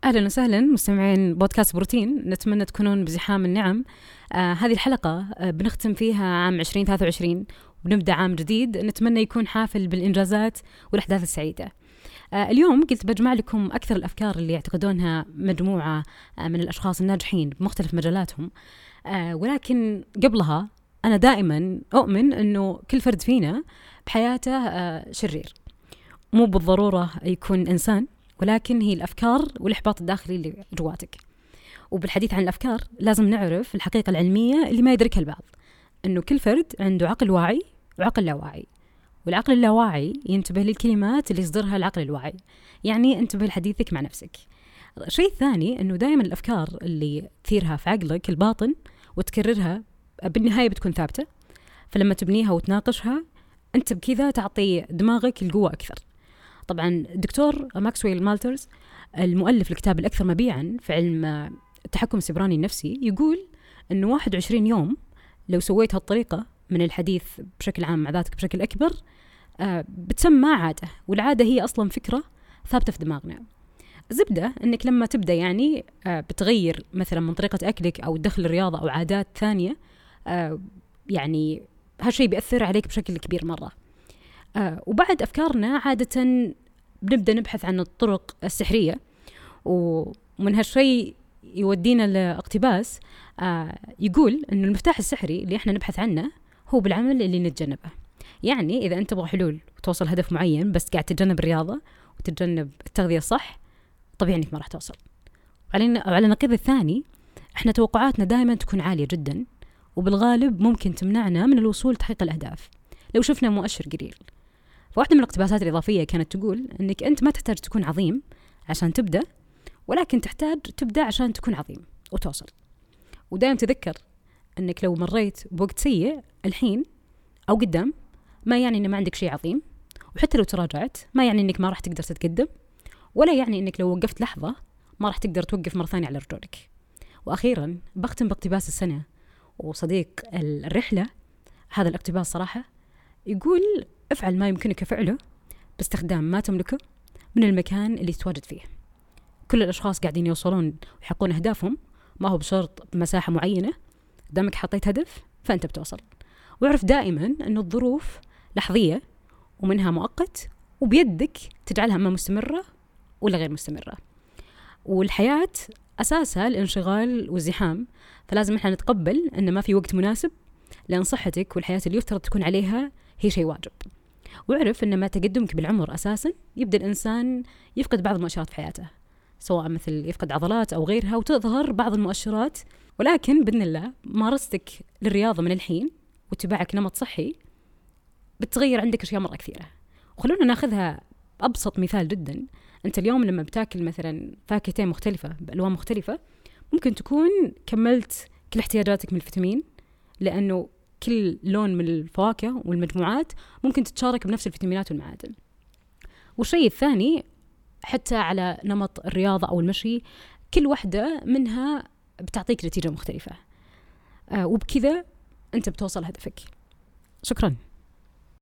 أهلا وسهلا مستمعين بودكاست بروتين، نتمنى تكونون بزحام النعم. هذه الحلقة بنختم فيها عام 2023 وبنبدأ عام جديد نتمنى يكون حافل بالإنجازات والأحداث السعيدة. اليوم قلت بجمع لكم أكثر الأفكار اللي يعتقدونها مجموعة من الأشخاص الناجحين بمختلف مجالاتهم، ولكن قبلها أنا دائما أؤمن أنه كل فرد فينا بحياته شرير، مو بالضرورة يكون إنسان، ولكن هي الأفكار والإحباط الداخلي اللي جواتك. وبالحديث عن الأفكار لازم نعرف الحقيقة العلمية اللي ما يدركها البعض، أنه كل فرد عنده عقل واعي وعقل لا واعي، والعقل اللاواعي ينتبه للكلمات اللي يصدرها العقل الواعي، يعني انتبه لحديثك مع نفسك. الشيء الثاني أنه دائما الأفكار اللي تثيرها في عقلك الباطن وتكررها بالنهاية بتكون ثابتة، فلما تبنيها وتناقشها أنت بكذا تعطي دماغك القوة أكثر. طبعا الدكتور ماكسويل مالترز المؤلف الكتاب الأكثر مبيعا في علم التحكم السيبراني النفسي يقول أنه 21 يوم لو سويت هالطريقة من الحديث بشكل عام مع ذاتك بشكل أكبر بتسمى عادة، والعادة هي أصلا فكرة ثابتة في دماغنا. الزبدة أنك لما تبدأ يعني بتغير مثلا من طريقة أكلك أو تدخل الرياضة أو عادات ثانية، يعني هالشيء بيأثر عليك بشكل كبير مرة. وبعد أفكارنا عادة بنبدأ نبحث عن الطرق السحرية، ومن هالشيء يودينا لاقتباس يقول أنه المفتاح السحري اللي احنا نبحث عنه هو بالعمل اللي نتجنبه. يعني إذا أنت تبغى حلول وتوصل هدف معين بس قاعد تتجنب الرياضة وتتجنب التغذية الصح، طبيعي أنك ما راح توصل. وعلى النقيض الثاني احنا توقعاتنا دائما تكون عالية جدا، وبالغالب ممكن تمنعنا من الوصول لتحقيق الأهداف لو شفنا مؤشر قليل. فواحدة من الاقتباسات الإضافية كانت تقول أنك أنت ما تحتاج تكون عظيم عشان تبدأ، ولكن تحتاج تبدأ عشان تكون عظيم وتوصل. ودائما تذكر أنك لو مريت بوقت سيء الحين أو قدام ما يعني أن ما عندك شيء عظيم، وحتى لو تراجعت ما يعني أنك ما راح تقدر تتقدم، ولا يعني أنك لو وقفت لحظة ما راح تقدر توقف مرة ثانية على رجولك. وأخيرا بختم باقتباس السنة وصديق الرحلة. هذا الاقتباس صراحة يقول: افعل ما يمكنك فعله باستخدام ما تملكه من المكان اللي تتواجد فيه. كل الأشخاص قاعدين يوصلون ويحققون أهدافهم، ما هو بشرط بمساحة معينة. دامك حطيت هدف فأنت بتوصل. واعرف دائما أن الظروف لحظية ومنها مؤقت، وبيدك تجعلها ما مستمرة ولا غير مستمرة. والحياة أساسها الانشغال والزحام، فلازم احنا نتقبل أن ما في وقت مناسب، لأن صحتك والحياة اللي يفترض تكون عليها هي شيء واجب. واعرف أن ما تقدمك بالعمر أساسا يبدأ الإنسان يفقد بعض المؤشرات في حياته، سواء مثل يفقد عضلات أو غيرها، وتظهر بعض المؤشرات. ولكن بإذن الله مارستك للرياضة من الحين واتباعك نمط صحي بتغير عندك أشياء مرة كثيرة. وخلونا ناخذها بأبسط مثال جدا. أنت اليوم لما بتاكل مثلا فاكهتين مختلفة بألوان مختلفة، ممكن تكون كملت كل احتياجاتك من الفيتامين، لأنه كل لون من الفواكه والمجموعات ممكن تتشارك بنفس الفيتامينات والمعادن. والشيء الثاني حتى على نمط الرياضة أو المشي، كل واحدة منها بتعطيك نتيجة مختلفة، وبكذا أنت بتوصل هدفك. شكراً.